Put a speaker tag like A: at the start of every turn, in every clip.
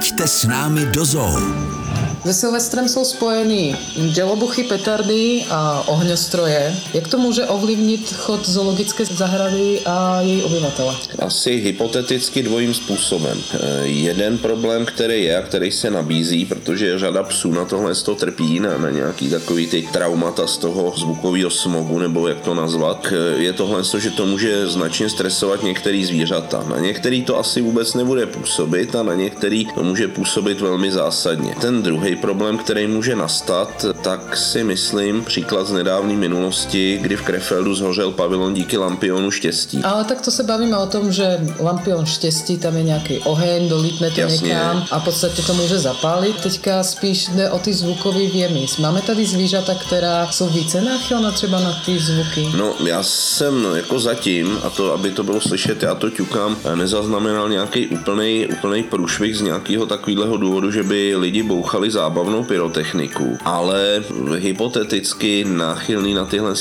A: Pojďte s námi do zoo.
B: Se Silvestrem jsou spojeny dělobuchy, petardy a ohňostroje. Jak to může ovlivnit chod zoologické zahrady a její obyvatele?
C: Asi hypoteticky dvojím způsobem. Jeden problém, který je a který se nabízí, protože řada psů na tohle trpí, na nějaký takový ty traumata z toho zvukového smogu, nebo jak to nazvat, je tohle, že to může značně stresovat některý zvířata. Na některý to asi vůbec nebude působit a na některý to může působit velmi zásadně. Ten druhý problém, který může nastat, tak si myslím příklad z nedávné minulosti, kdy v Krefeldu zhořel pavilon díky lampionu štěstí.
B: Ale tak to se bavíme o tom, že lampion štěstí, tam je nějaký oheň, dolítne to někam a v podstatě to může zapálit. Teďka spíš jde o ty zvukové věmy. Máme tady zvířata, která jsou více náchylná třeba na ty zvuky?
C: No, já jsem jako zatím, a to, aby to bylo slyšet, já to ťukám, nezaznamenal nějaký úplnej průšvih z nějakého takového důvodu, že by lidi bouchali zábavnou pyrotechniku, ale hypoteticky náchylný na tyhle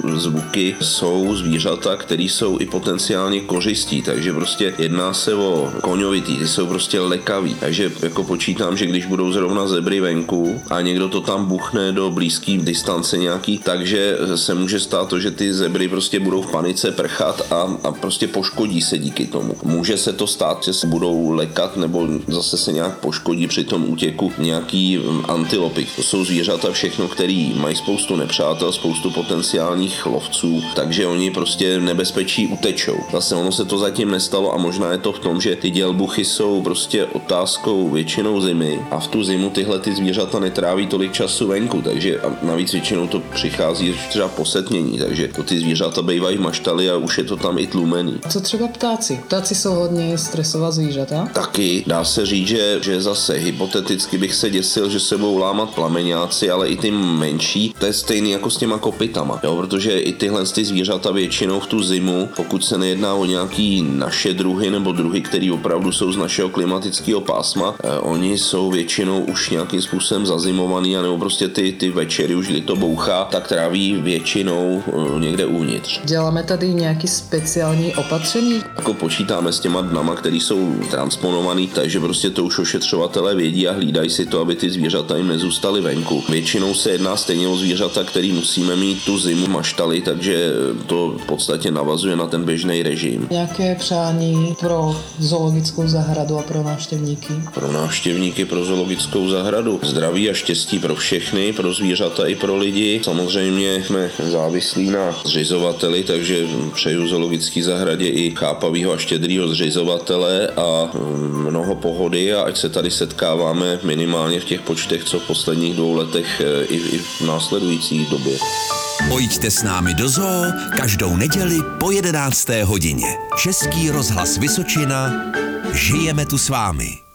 C: zvuky jsou zvířata, které jsou i potenciálně kořistí, takže prostě jedná se o koňovitý, ty jsou prostě lekaví, takže jako počítám, že když budou zrovna zebry venku a někdo to tam buchne do blízké distance nějaký, takže se může stát to, že ty zebry prostě budou v panice prchat a prostě poškodí se díky tomu. Může se to stát, že se budou lekat nebo zase se nějak poškodí při tom útěku nějaký antilopy. To jsou zvířata všechno, který mají spoustu nepřátel, spoustu potenciálních lovců, takže oni prostě nebezpečí utečou. Zase ono se to zatím nestalo a možná je to v tom, že ty dělbuchy jsou prostě otázkou většinou zimy a v tu zimu tyhle ty zvířata netráví tolik času venku, takže a navíc většinou to přichází třeba po setmění, takže to ty zvířata bývají v maštali a už je to tam i tlumený.
B: Co třeba ptáci? Ptáci jsou hodně stresová zvířata?
C: Taky dá se říct, že zase hypoteticky bych se děsil, že se budou lámat plameňáci, ale i ty menší, to je stejný jako s těma kopytama, jo, protože i tyhle ty zvířata většinou v tu zimu, pokud se nejedná o nějaký naše druhy nebo druhy, které opravdu jsou z našeho klimatického pásma, oni jsou většinou už nějakým způsobem zazimovaný, anebo prostě ty večery už, kdy to bouchá, tak tráví většinou někde uvnitř.
B: Děláme tady nějaký speciální opatření?
C: Jako počítáme s těma dnama, které jsou transponovaný, takže prostě to už ošetřovatelé vědí a hlídají si to, aby ty zvířata jim nezůstaly venku. Většinou se jedná stejně o zvířata, který musíme mít tu zimu maštali, takže to v podstatě navazuje na ten běžný režim.
B: Nějaké přání pro zoologickou zahradu a pro návštěvníky?
C: Pro návštěvníky, pro zoologickou zahradu. Zdraví a štěstí pro všechny, pro zvířata i pro lidi. Samozřejmě jsme závislí na zřizovateli, takže přeju zoologické zahradě i chápavýho a štědrýho zřizovatele a mnoho pohody a ať se tady setkáváme minimálně v těch počtech, co v posledních 2 letech i v následující době.
A: Pojďte s námi do zoo každou neděli po 11. hodině. Český rozhlas Vysočina. Žijeme tu s vámi.